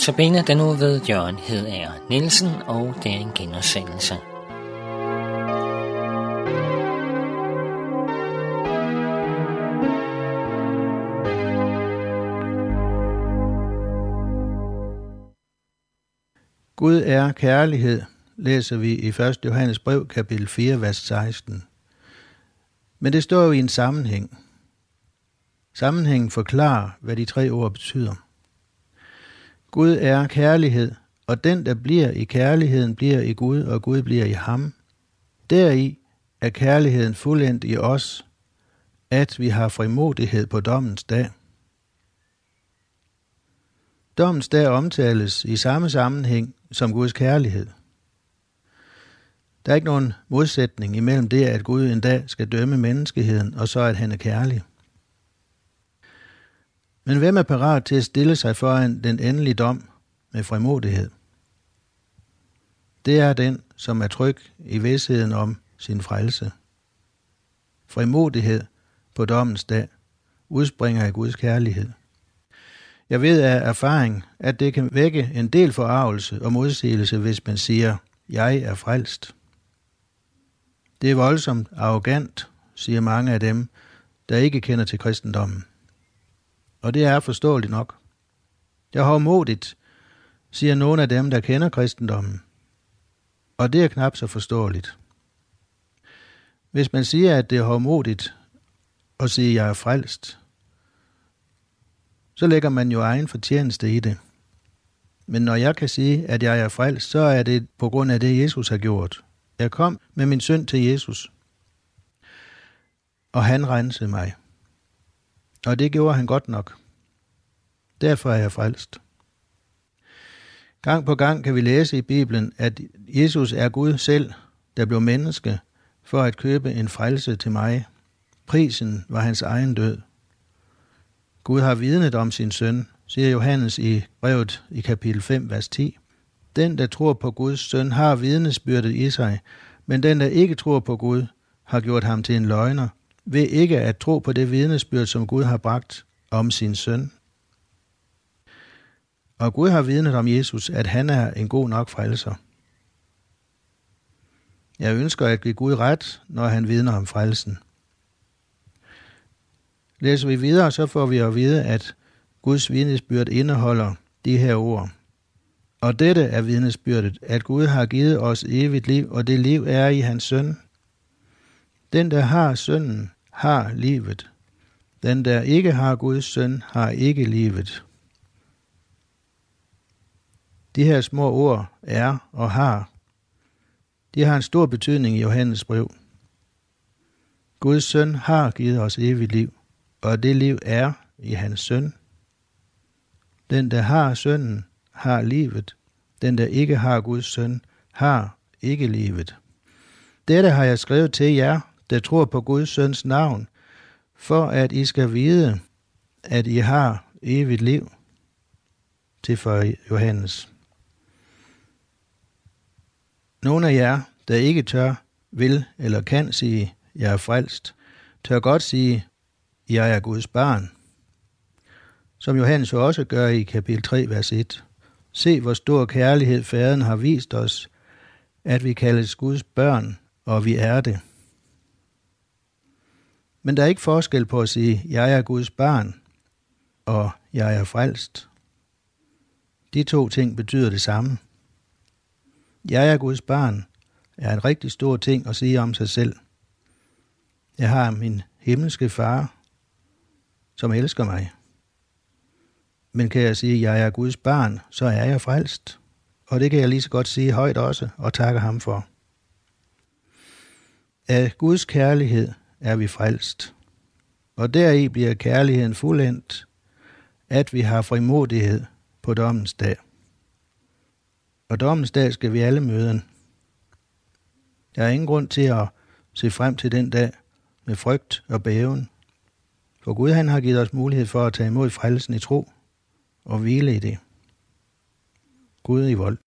Notabene den nu ved Jørgen Hedager Nielsen, og det er en genudsendelse. Gud er kærlighed, læser vi i 1. Johannes brev, kapitel 4, vers 16. Men det står jo i en sammenhæng. Sammenhængen forklarer, hvad de 3 ord betyder. Gud er kærlighed, og den, der bliver i kærligheden, bliver i Gud, og Gud bliver i ham. Deri er kærligheden fuldendt i os, at vi har frimodighed på dommens dag. Dommens dag omtales i samme sammenhæng som Guds kærlighed. Der er ikke nogen modsætning imellem det, at Gud en dag skal dømme menneskeheden, og så at han er kærlig. Men hvem er parat til at stille sig foran den endelige dom med frimodighed? Det er den, som er tryg i vidsheden om sin frelse. Frimodighed på dommens dag udspringer af Guds kærlighed. Jeg ved af erfaring, at det kan vække en del forargelse og modsigelse, hvis man siger, jeg er frelst. Det er voldsomt arrogant, siger mange af dem, der ikke kender til kristendommen. Og det er forståeligt nok. Jeg er hovmodigt, siger nogle af dem, der kender kristendommen. Og det er knap så forståeligt. Hvis man siger, at det er hovmodigt og siger, at jeg er frelst, så lægger man jo egen fortjeneste i det. Men når jeg kan sige, at jeg er frelst, så er det på grund af det, Jesus har gjort. Jeg kom med min synd til Jesus, og han rensede mig. Og det gjorde han godt nok. Derfor er jeg frelst. Gang på gang kan vi læse i Bibelen, at Jesus er Gud selv, der blev menneske, for at købe en frelse til mig. Prisen var hans egen død. Gud har vidnet om sin søn, siger Johannes i brevet i kapitel 5, vers 10. Den, der tror på Guds søn, har vidnesbyrdet i sig, men den, der ikke tror på Gud, har gjort ham til en løgner, ved ikke at tro på det vidnesbyrd, som Gud har bragt om sin søn. Og Gud har vidnet om Jesus, at han er en god nok frelser. Jeg ønsker at give Gud ret, når han vidner om frelsen. Læser vi videre, så får vi at vide, at Guds vidnesbyrd indeholder de her ord. Og dette er vidnesbyrdet, at Gud har givet os evigt liv, og det liv er i hans søn. Den, der har sønnen, har livet. Den, der ikke har Guds søn, har ikke livet. De her små ord er og har. De har en stor betydning i Johannes brev. Guds søn har givet os evigt liv, og det liv er i hans søn. Den, der har sønnen, har livet. Den, der ikke har Guds søn, har ikke livet. Dette har jeg skrevet til jer, der tror på Guds søns navn, for at I skal vide, at I har evigt liv. Til for Johannes. Nogle af jer, der ikke tør, vil eller kan sige, jeg er frelst, tør godt sige, jeg er Guds barn. Som Johannes også gør i kapitel 3, vers 1. Se, hvor stor kærlighed faderen har vist os, at vi kaldes Guds børn, og vi er det. Men der er ikke forskel på at sige, jeg er Guds barn, og jeg er frelst. De 2 ting betyder det samme. Jeg er Guds barn er en rigtig stor ting at sige om sig selv. Jeg har min himmelske far, som elsker mig. Men kan jeg sige, at jeg er Guds barn, så er jeg frelst. Og det kan jeg lige så godt sige højt også, og takke ham for. Af Guds kærlighed er vi frelst. Og deri bliver kærligheden fuldendt, at vi har frimodighed på dommens dag. Og dommens dag skal vi alle møde. Der er ingen grund til at se frem til den dag med frygt og bæven. For Gud han har givet os mulighed for at tage imod frelsen i tro og hvile i det. Gud i vold.